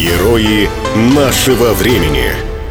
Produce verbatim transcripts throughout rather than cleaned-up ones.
Герои нашего времени.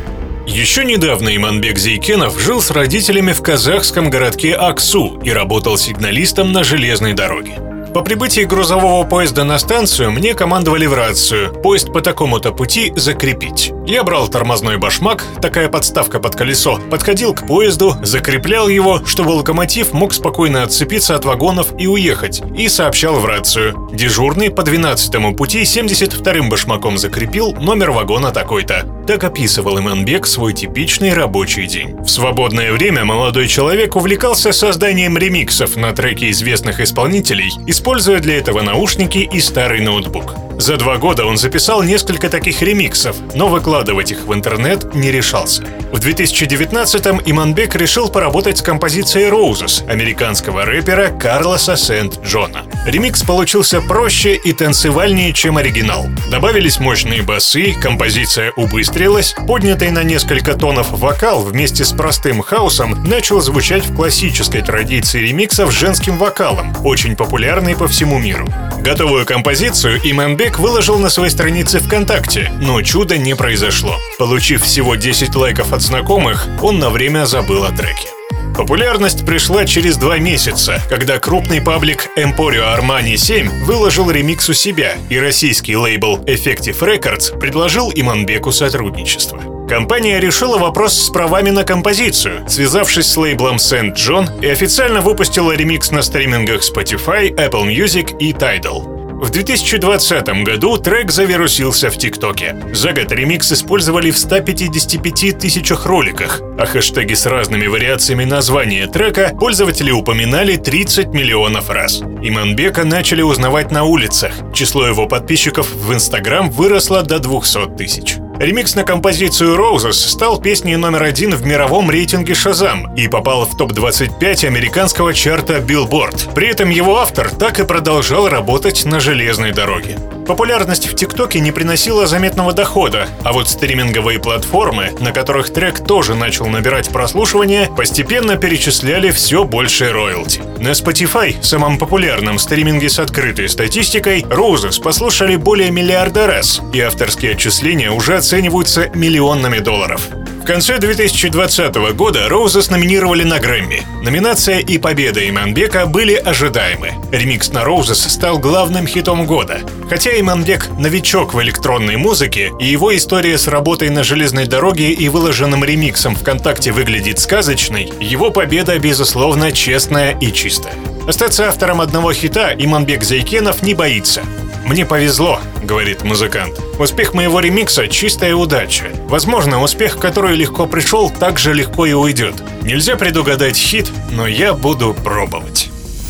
Еще недавно Иманбек Зейкенов жил с родителями в казахском городке Аксу и работал сигналистом на железной дороге. По прибытии грузового поезда на станцию мне командовали в рацию: поезд по такому-то пути закрепить. Я брал тормозной башмак, такая подставка под колесо, подходил к поезду, закреплял его, чтобы локомотив мог спокойно отцепиться от вагонов и уехать, и сообщал в рацию: дежурный по двенадцатому пути семьдесят вторым башмаком закрепил, номер вагона такой-то. Так описывал Иманбек свой типичный рабочий день. В свободное время молодой человек увлекался созданием ремиксов на треки известных исполнителей, используя для этого наушники и старый ноутбук. За два года он записал несколько таких ремиксов, но выкладывать их в интернет не решался. В две тысячи девятнадцатом Иманбек решил поработать с композицией Roses американского рэпера Карлоса Сент-Джона. Ремикс получился проще и танцевальнее, чем оригинал. Добавились мощные басы, композиция убыстрилась, поднятый на несколько тонов вокал вместе с простым хаусом начал звучать в классической традиции ремиксов с женским вокалом, очень популярной по всему миру. Готовую композицию Иманбек выложил на своей странице ВКонтакте, но чуда не произошло. Получив всего десять лайков от знакомых, он на время забыл о треке. Популярность пришла через два месяца, когда крупный паблик Emporio Armani семь выложил ремикс у себя, и российский лейбл Effective Records предложил Иманбеку сотрудничество. Компания решила вопрос с правами на композицию, связавшись с лейблом Сент-Джон, и официально выпустила ремикс на стримингах Spotify, Apple Music и Tidal. В две тысячи двадцатом году трек завирусился в ТикТоке. За год ремикс использовали в ста пятидесяти пяти тысячах роликах, а хэштеги с разными вариациями названия трека пользователи упоминали тридцать миллионов раз. Иманбека начали узнавать на улицах. Число его подписчиков в Инстаграм выросло до двухсот тысяч. Ремикс на композицию Roses стал песней номер один в мировом рейтинге Shazam и попал в топ двадцать пять американского чарта Billboard. При этом его автор так и продолжал работать на железной дороге. Популярность в ТикТоке не приносила заметного дохода, а вот стриминговые платформы, на которых трек тоже начал набирать прослушивание, постепенно перечисляли все больше роялти. На Spotify, самом популярном стриминге с открытой статистикой, Roses послушали более миллиарда раз, и авторские отчисления уже оцениваются миллионами долларов. В конце две тысячи двадцатого года Roses номинировали на Грэмми. Номинация и победа Иманбека были ожидаемы. Ремикс на Roses стал главным хитом года. Хотя Иманбек новичок в электронной музыке, и его история с работой на железной дороге и выложенным ремиксом ВКонтакте выглядит сказочной, его победа, безусловно, честная и чистая. Остаться автором одного хита Иманбек Зейкенов не боится. «Мне повезло», — говорит музыкант. «Успех моего ремикса — чистая удача. Возможно, успех, который легко пришел, так же легко и уйдет. Нельзя предугадать хит, но я буду пробовать».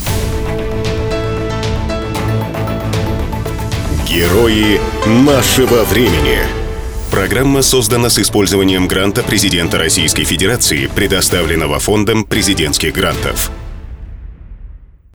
Герои нашего времени. Программа создана с использованием гранта президента Российской Федерации, предоставленного Фондом президентских грантов.